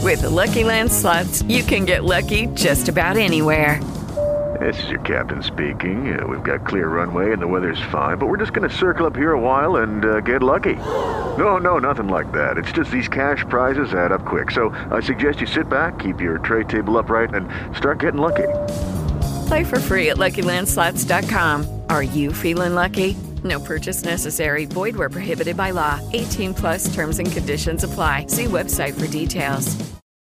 With the Lucky Land Slots, you can get lucky just about anywhere. This is your captain speaking. We've got clear runway and the weather's fine, but we're just going to circle up here a while and get lucky. No, nothing like that. It's just these cash prizes add up quick. So I suggest you sit back, keep your tray table upright, and start getting lucky. Play for free at LuckyLandSlots.com. Are you feeling lucky? No purchase necessary. Void where prohibited by law. 18 plus terms and conditions apply. See website for details.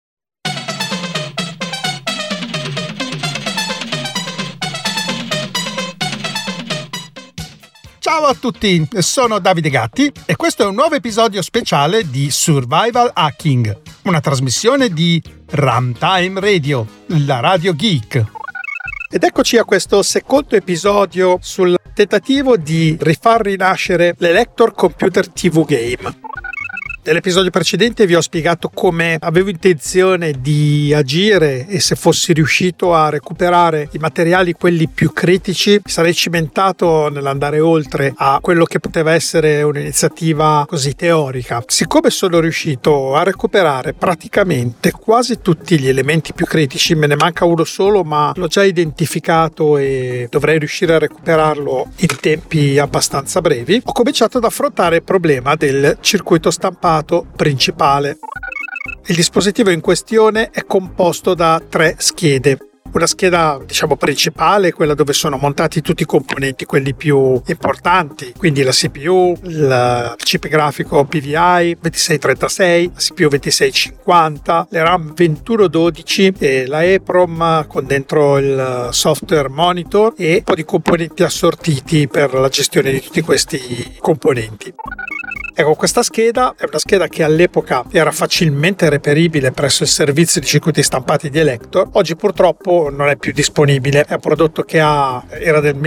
Ciao a tutti, sono Davide Gatti e questo è un nuovo episodio speciale di Survival Hacking, una trasmissione di Runtime Radio, la radio geek. Ed eccoci a questo secondo episodio sul tentativo di rifar rinascere l'Elector Computer TV Game. Nell'episodio precedente vi ho spiegato come avevo intenzione di agire e se fossi riuscito a recuperare i materiali, quelli più critici, mi sarei cimentato nell'andare oltre a quello che poteva essere un'iniziativa così teorica. Siccome sono riuscito a recuperare praticamente quasi tutti gli elementi più critici, me ne manca uno solo ma l'ho già identificato e dovrei riuscire a recuperarlo in tempi abbastanza brevi, ho cominciato ad affrontare il problema del circuito stampato principale. Il dispositivo in questione è composto da 3 schede. Una scheda, principale, quella dove sono montati tutti i componenti, quelli più importanti, quindi la CPU, il chip grafico PVI 2636, la CPU 2650, le RAM 2112 e la EEPROM con dentro il software monitor e un po' di componenti assortiti per la gestione di tutti questi componenti. Ecco, questa scheda è una scheda che all'epoca era facilmente reperibile presso il servizio di circuiti stampati di Elector. Oggi purtroppo non è più disponibile, è un prodotto che era del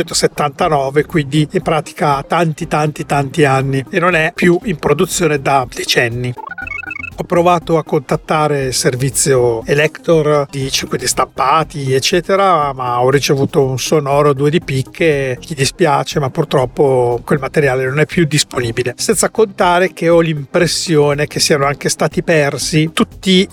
1979, quindi in pratica ha tanti anni e non è più in produzione da decenni. Ho provato a contattare il servizio Elector di circuiti stampati, eccetera, ma ho ricevuto un sonoro 2 di picche. Gli dispiace, ma purtroppo quel materiale non è più disponibile. Senza contare che ho l'impressione che siano anche stati persi tutti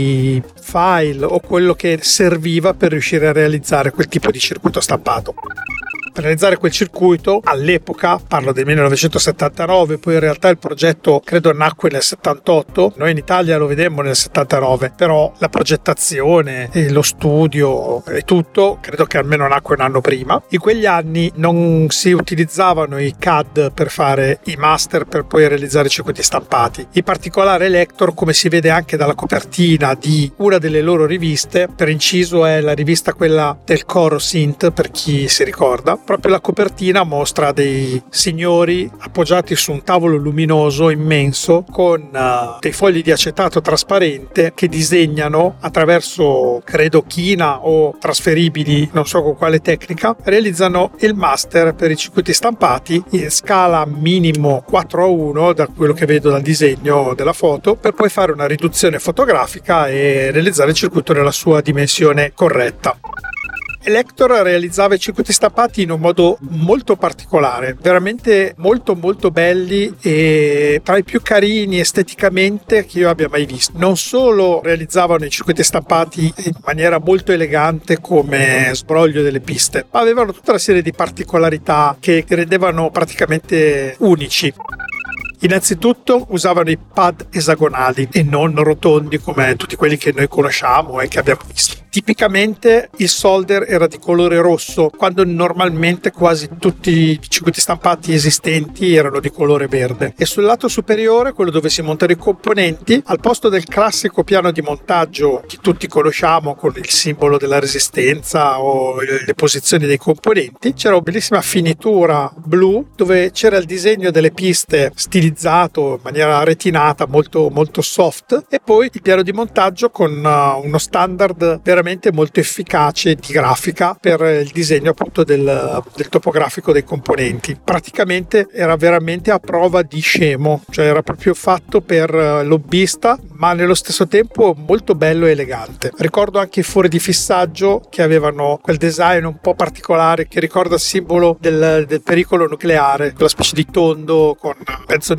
i file o quello che serviva per riuscire a realizzare quel tipo di circuito stampato. Per realizzare quel circuito, all'epoca, parlo del 1979, poi in realtà il progetto credo nacque nel 78, noi in Italia lo vedemmo nel 79, però la progettazione e lo studio e tutto credo che almeno nacque un anno prima. In quegli anni non si utilizzavano i CAD per fare i master per poi realizzare i circuiti stampati. In particolare Elector, come si vede anche dalla copertina di una delle loro riviste, per inciso è la rivista quella del Corosynth, per chi si ricorda. Proprio la copertina mostra dei signori appoggiati su un tavolo luminoso immenso con dei fogli di acetato trasparente che disegnano attraverso, credo, china o trasferibili, non so con quale tecnica, realizzano il master per i circuiti stampati in scala minimo 4:1, da quello che vedo dal disegno della foto, per poi fare una riduzione fotografica e realizzare il circuito nella sua dimensione corretta. Elector realizzava i circuiti stampati in un modo molto particolare, veramente molto belli e tra i più carini esteticamente che io abbia mai visto. Non solo realizzavano i circuiti stampati in maniera molto elegante come sbroglio delle piste, ma avevano tutta una serie di particolarità che rendevano praticamente unici. Innanzitutto usavano i pad esagonali e non rotondi come tutti quelli che noi conosciamo e che abbiamo visto. Tipicamente il solder era di colore rosso, quando normalmente quasi tutti i circuiti stampati esistenti erano di colore verde. E sul lato superiore, quello dove si montano i componenti, al posto del classico piano di montaggio che tutti conosciamo con il simbolo della resistenza o le posizioni dei componenti, c'era una bellissima finitura blu dove c'era il disegno delle piste stilizzato in maniera retinata, molto soft, e poi il piano di montaggio con uno standard veramente molto efficace di grafica per il disegno appunto del topografico dei componenti. Praticamente era veramente a prova di scemo, cioè era proprio fatto per lobbista, ma nello stesso tempo molto bello e elegante. Ricordo anche i fori di fissaggio che avevano quel design un po' particolare che ricorda il simbolo del pericolo nucleare, quella specie di tondo con mezzo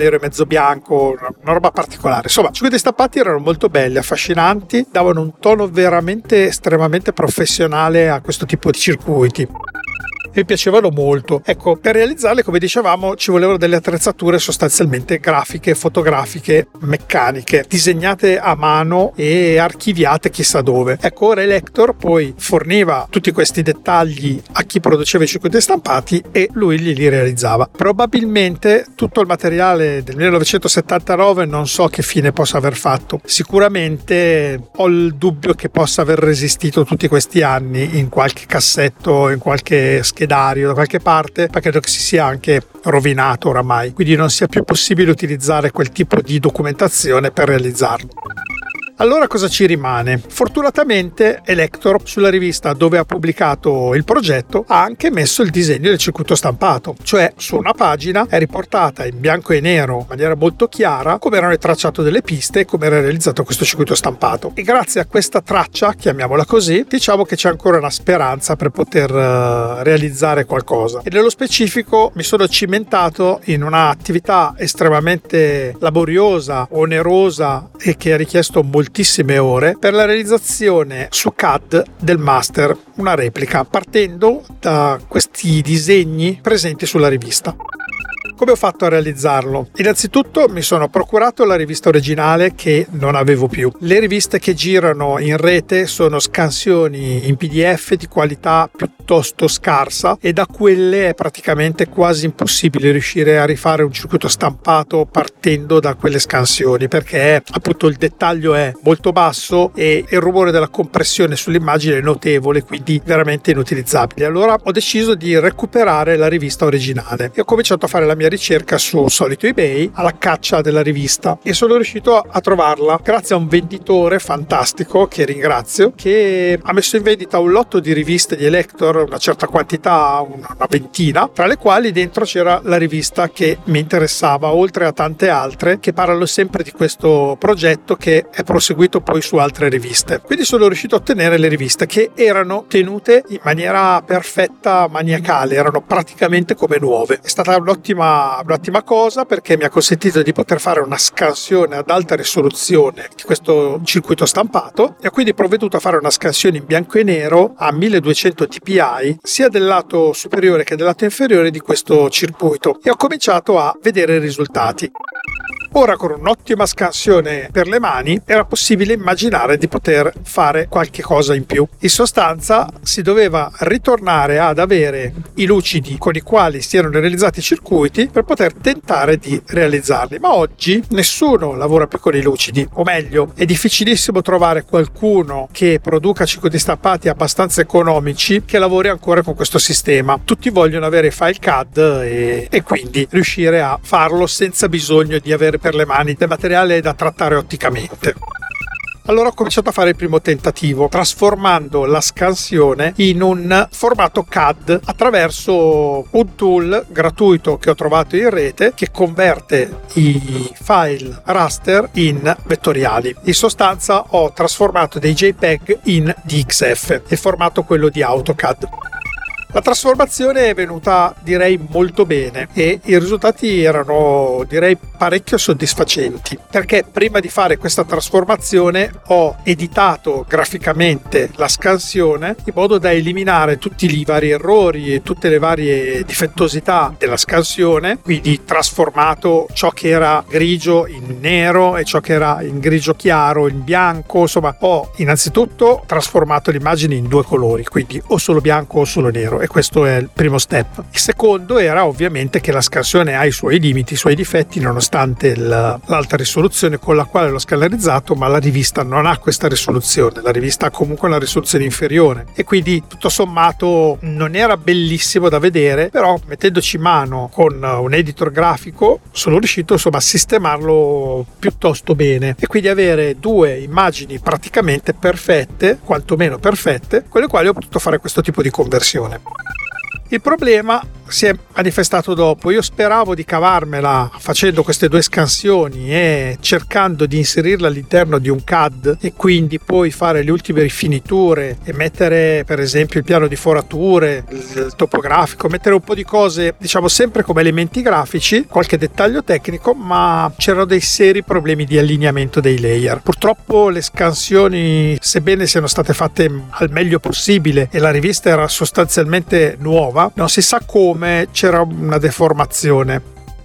nero e mezzo bianco, una roba particolare. Insomma, i circuiti stampati erano molto belli, affascinanti, davano un tono veramente estremamente professionale a questo tipo di circuiti. Mi piacevano molto. Ecco, per realizzarle, come dicevamo, ci volevano delle attrezzature sostanzialmente grafiche, fotografiche, meccaniche, disegnate a mano e archiviate chissà dove. Ecco, ora Elector poi forniva tutti questi dettagli a chi produceva i circuiti stampati e lui li realizzava. Probabilmente tutto il materiale del 1979 non so che fine possa aver fatto. Sicuramente ho il dubbio che possa aver resistito tutti questi anni in qualche cassetto, in qualche schedario da qualche parte, ma credo che si sia anche rovinato oramai, quindi non sia più possibile utilizzare quel tipo di documentazione per realizzarlo. Allora cosa ci rimane? Fortunatamente Elector, sulla rivista dove ha pubblicato il progetto, ha anche messo il disegno del circuito stampato, cioè su una pagina è riportata in bianco e nero in maniera molto chiara come erano tracciato delle piste e come era realizzato questo circuito stampato. E grazie a questa traccia, chiamiamola così, diciamo che c'è ancora una speranza per poter realizzare qualcosa. E nello specifico mi sono cimentato in un'attività estremamente laboriosa, onerosa e che ha richiesto moltissime ore per la realizzazione su CAD del master, una replica, partendo da questi disegni presenti sulla rivista. Come ho fatto a realizzarlo? Innanzitutto mi sono procurato la rivista originale che non avevo più. Le riviste che girano in rete sono scansioni in PDF di qualità piuttosto scarsa e da quelle è praticamente quasi impossibile riuscire a rifare un circuito stampato partendo da quelle scansioni, perché appunto il dettaglio è molto basso e il rumore della compressione sull'immagine è notevole, quindi veramente inutilizzabile. Allora ho deciso di recuperare la rivista originale e ho cominciato a fare la mia ricerca su solito eBay alla caccia della rivista e sono riuscito a trovarla grazie a un venditore fantastico che ringrazio, che ha messo in vendita un lotto di riviste di Elector, una certa quantità, una ventina, tra le quali dentro c'era la rivista che mi interessava, oltre a tante altre che parlano sempre di questo progetto che è proseguito poi su altre riviste. Quindi sono riuscito a ottenere le riviste che erano tenute in maniera perfetta, maniacale, erano praticamente come nuove. È stata un'ottima cosa perché mi ha consentito di poter fare una scansione ad alta risoluzione di questo circuito stampato e ho quindi provveduto a fare una scansione in bianco e nero a 1200 dpi sia del lato superiore che del lato inferiore di questo circuito e ho cominciato a vedere i risultati. Ora, con un'ottima scansione per le mani, era possibile immaginare di poter fare qualche cosa in più. In sostanza, si doveva ritornare ad avere i lucidi con i quali si erano realizzati i circuiti per poter tentare di realizzarli. Ma oggi nessuno lavora più con i lucidi, o meglio, è difficilissimo trovare qualcuno che produca circuiti stampati abbastanza economici che lavori ancora con questo sistema. Tutti vogliono avere i file CAD e quindi riuscire a farlo senza bisogno di avere per le mani del materiale da trattare otticamente. Allora ho cominciato a fare il primo tentativo, trasformando la scansione in un formato CAD attraverso un tool gratuito che ho trovato in rete che converte i file raster in vettoriali. In sostanza ho trasformato dei JPEG in DXF, il formato quello di AutoCAD. La trasformazione è venuta, direi, molto bene e i risultati erano, direi, parecchio soddisfacenti, perché prima di fare questa trasformazione ho editato graficamente la scansione in modo da eliminare tutti i vari errori e tutte le varie difettosità della scansione, quindi trasformato ciò che era grigio in nero e ciò che era in grigio chiaro in bianco. Insomma, ho innanzitutto trasformato l'immagine in due colori, quindi o solo bianco o solo nero, e questo è il primo step. Il secondo era ovviamente che la scansione ha i suoi limiti, i suoi difetti, nonostante l'alta risoluzione con la quale l'ho scannerizzato, ma la rivista non ha questa risoluzione, la rivista ha comunque una risoluzione inferiore e quindi tutto sommato non era bellissimo da vedere, però mettendoci mano con un editor grafico sono riuscito insomma a sistemarlo piuttosto bene e quindi avere due immagini praticamente perfette, quantomeno perfette, con le quali ho potuto fare questo tipo di conversione. Il problema si è manifestato dopo. Io speravo di cavarmela facendo queste 2 scansioni e cercando di inserirla all'interno di un CAD e quindi poi fare le ultime rifiniture e mettere per esempio il piano di forature, il topografico, mettere un po' di cose, diciamo sempre come elementi grafici, qualche dettaglio tecnico, ma c'erano dei seri problemi di allineamento dei layer. Purtroppo le scansioni, sebbene siano state fatte al meglio possibile e la rivista era sostanzialmente nuova, non si sa come c'era una deformazione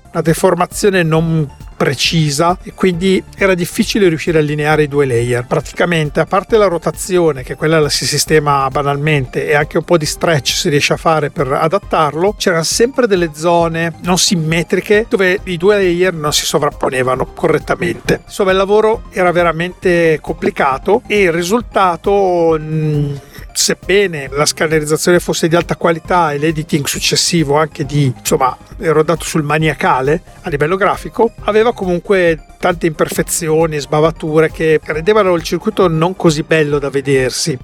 non precisa e quindi era difficile riuscire a allineare i 2 layer. Praticamente, a parte la rotazione, che quella la si sistema banalmente, e anche un po' di stretch si riesce a fare per adattarlo, c'erano sempre delle zone non simmetriche dove i 2 layer non si sovrapponevano correttamente. Insomma, il lavoro era veramente complicato e il risultato, sebbene la scannerizzazione fosse di alta qualità e l'editing successivo anche ero andato sul maniacale a livello grafico, aveva comunque tante imperfezioni e sbavature che rendevano il circuito non così bello da vedersi.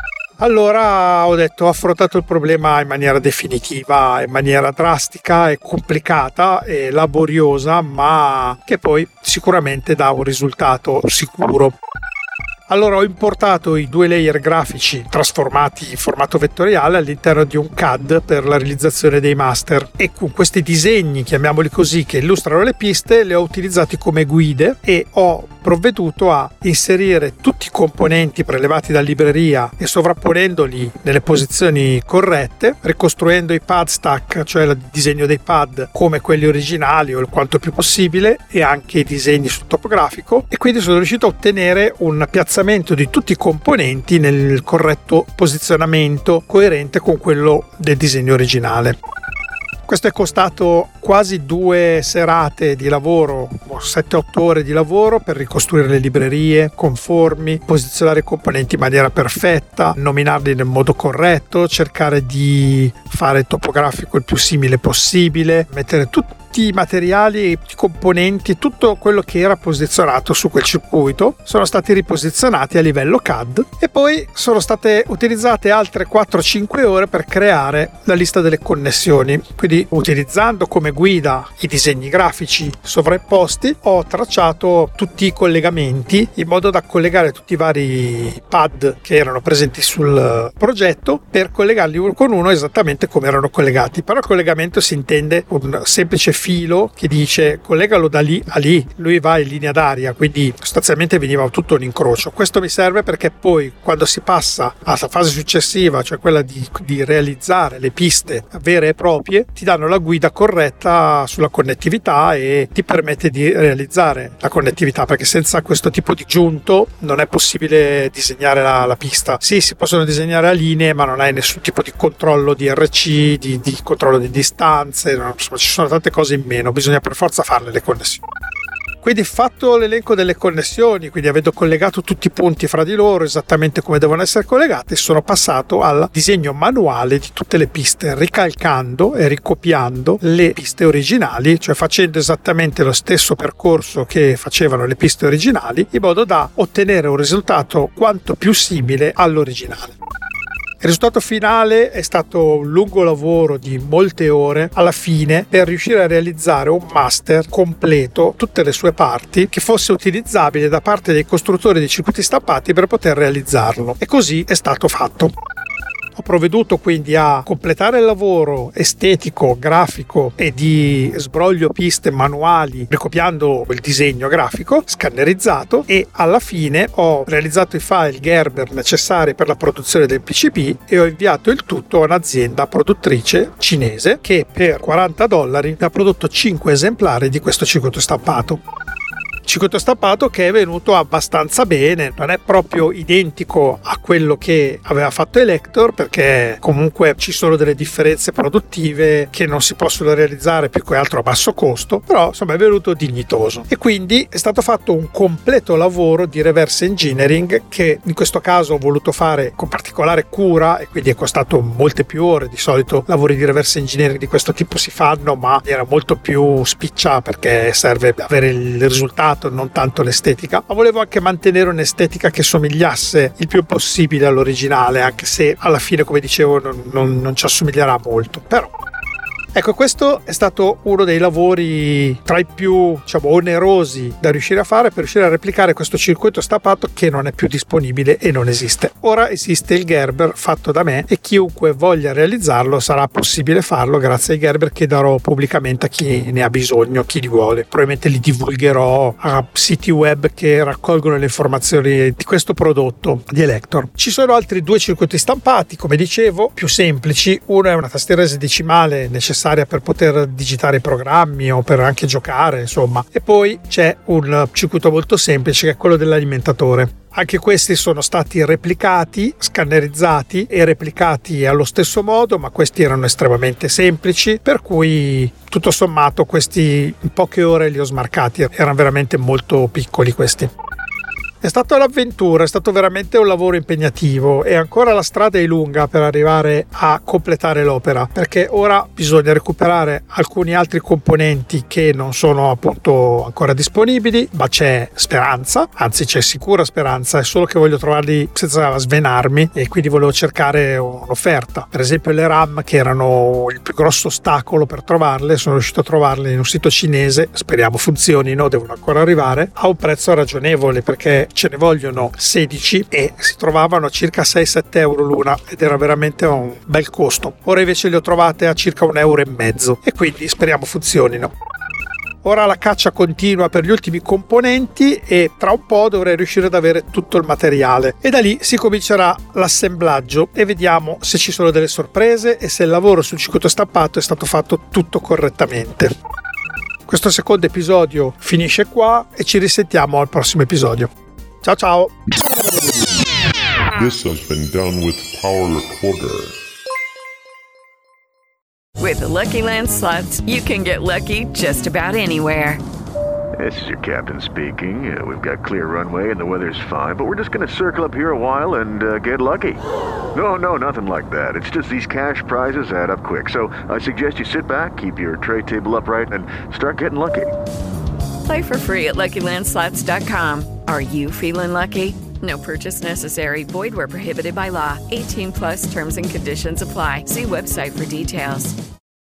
Allora ho affrontato il problema in maniera definitiva, in maniera drastica e complicata e laboriosa, ma che poi sicuramente dà un risultato sicuro. Allora ho importato i 2 layer grafici trasformati in formato vettoriale all'interno di un CAD per la realizzazione dei master, e con questi disegni, chiamiamoli così, che illustrano le piste, li ho utilizzati come guide e ho provveduto a inserire tutti i componenti prelevati da libreria e sovrapponendoli nelle posizioni corrette, ricostruendo i pad stack, cioè il disegno dei pad come quelli originali o il quanto più possibile, e anche i disegni sul topografico, e quindi sono riuscito a ottenere un piazzamento di tutti i componenti nel corretto posizionamento coerente con quello del disegno originale. Questo è costato quasi 2 serate di lavoro, 7-8 ore di lavoro per ricostruire le librerie conformi, posizionare i componenti in maniera perfetta, nominarli nel modo corretto, cercare di fare il topografico il più simile possibile, mettere tutti i materiali, i componenti, tutto quello che era posizionato su quel circuito sono stati riposizionati a livello CAD, e poi sono state utilizzate altre 4-5 ore per creare la lista delle connessioni. Quindi, utilizzando come guida i disegni grafici sovrapposti, ho tracciato tutti i collegamenti in modo da collegare tutti i vari pad che erano presenti sul progetto per collegarli uno con uno esattamente come erano collegati. Però il collegamento si intende un semplice filo che dice collegalo da lì a lì, lui va in linea d'aria, quindi sostanzialmente veniva tutto un incrocio. Questo mi serve perché poi quando si passa alla fase successiva, cioè quella di realizzare le piste vere e proprie, ti danno la guida corretta sulla connettività e ti permette di realizzare la connettività, perché senza questo tipo di giunto non è possibile disegnare la pista. Sì, si possono disegnare a linee, ma non hai nessun tipo di controllo di RC, di controllo di distanze, insomma ci sono tante cose in meno, bisogna per forza farle le connessioni. Quindi, fatto l'elenco delle connessioni, quindi avendo collegato tutti i punti fra di loro esattamente come devono essere collegati, sono passato al disegno manuale di tutte le piste, ricalcando e ricopiando le piste originali, cioè facendo esattamente lo stesso percorso che facevano le piste originali, in modo da ottenere un risultato quanto più simile all'originale. Il risultato finale è stato un lungo lavoro di molte ore alla fine per riuscire a realizzare un master completo, tutte le sue parti, che fosse utilizzabile da parte dei costruttori di circuiti stampati per poter realizzarlo, e così è stato fatto. Ho provveduto quindi a completare il lavoro estetico, grafico e di sbroglio piste manuali, ricopiando il disegno grafico scannerizzato, e alla fine ho realizzato i file Gerber necessari per la produzione del PCB e ho inviato il tutto a un'azienda produttrice cinese che per $40 mi ha prodotto 5 esemplari di questo circuito stampato. Circuito stampato che è venuto abbastanza bene, non è proprio identico a quello che aveva fatto Elector, perché comunque ci sono delle differenze produttive che non si possono realizzare più che altro a basso costo, però insomma è venuto dignitoso. E quindi è stato fatto un completo lavoro di reverse engineering che in questo caso ho voluto fare con particolare cura, e quindi è costato molte più ore. Di solito lavori di reverse engineering di questo tipo si fanno, ma era molto più spiccia perché serve avere il risultato, non tanto l'estetica, ma volevo anche mantenere un'estetica che somigliasse il più possibile all'originale, anche se alla fine, come dicevo, non ci assomiglierà molto. Però Ecco, questo è stato uno dei lavori tra i più, onerosi da riuscire a fare, per riuscire a replicare questo circuito stampato che non è più disponibile e non esiste. Ora esiste il Gerber fatto da me e chiunque voglia realizzarlo sarà possibile farlo grazie ai Gerber che darò pubblicamente a chi ne ha bisogno, chi li vuole. Probabilmente li divulgherò a siti web che raccolgono le informazioni di questo prodotto di Elector. Ci sono altri 2 circuiti stampati, come dicevo, più semplici. Uno è una tastiera esadecimale necessaria per poter digitare i programmi o per anche giocare, insomma. E poi c'è un circuito molto semplice che è quello dell'alimentatore. Anche questi sono stati replicati, scannerizzati e replicati allo stesso modo, ma questi erano estremamente semplici, per cui tutto sommato questi in poche ore li ho smarcati, erano veramente molto piccoli questi. È stata un'avventura, è stato veramente un lavoro impegnativo e ancora la strada è lunga per arrivare a completare l'opera, perché ora bisogna recuperare alcuni altri componenti che non sono appunto ancora disponibili, ma c'è speranza, anzi c'è sicura speranza, è solo che voglio trovarli senza svenarmi e quindi volevo cercare un'offerta. Per esempio le RAM, che erano il più grosso ostacolo per trovarle, sono riuscito a trovarle in un sito cinese, speriamo funzionino, devono ancora arrivare, a un prezzo ragionevole, perché ce ne vogliono 16 e si trovavano a circa 6-7 euro l'una ed era veramente un bel costo. Ora invece le ho trovate a circa 1,5 euro e quindi speriamo funzionino. Ora la caccia continua per gli ultimi componenti e tra un po' dovrei riuscire ad avere tutto il materiale e da lì si comincerà l'assemblaggio e vediamo se ci sono delle sorprese e se il lavoro sul circuito stampato è stato fatto tutto correttamente. Questo secondo episodio finisce qua e ci risentiamo al prossimo episodio. Ciao ciao! This has been done with Power Recorder. With the Lucky Land Slots, you can get lucky just about anywhere. This is your captain speaking. We've got clear runway and the weather's fine, but we're just going to circle up here a while and get lucky. No, nothing like that. It's just these cash prizes add up quick. So I suggest you sit back, keep your tray table upright, and start getting lucky. Play for free at LuckyLandSlots.com. Are you feeling lucky? No purchase necessary. Void where prohibited by law. 18+ terms and conditions apply. See website for details.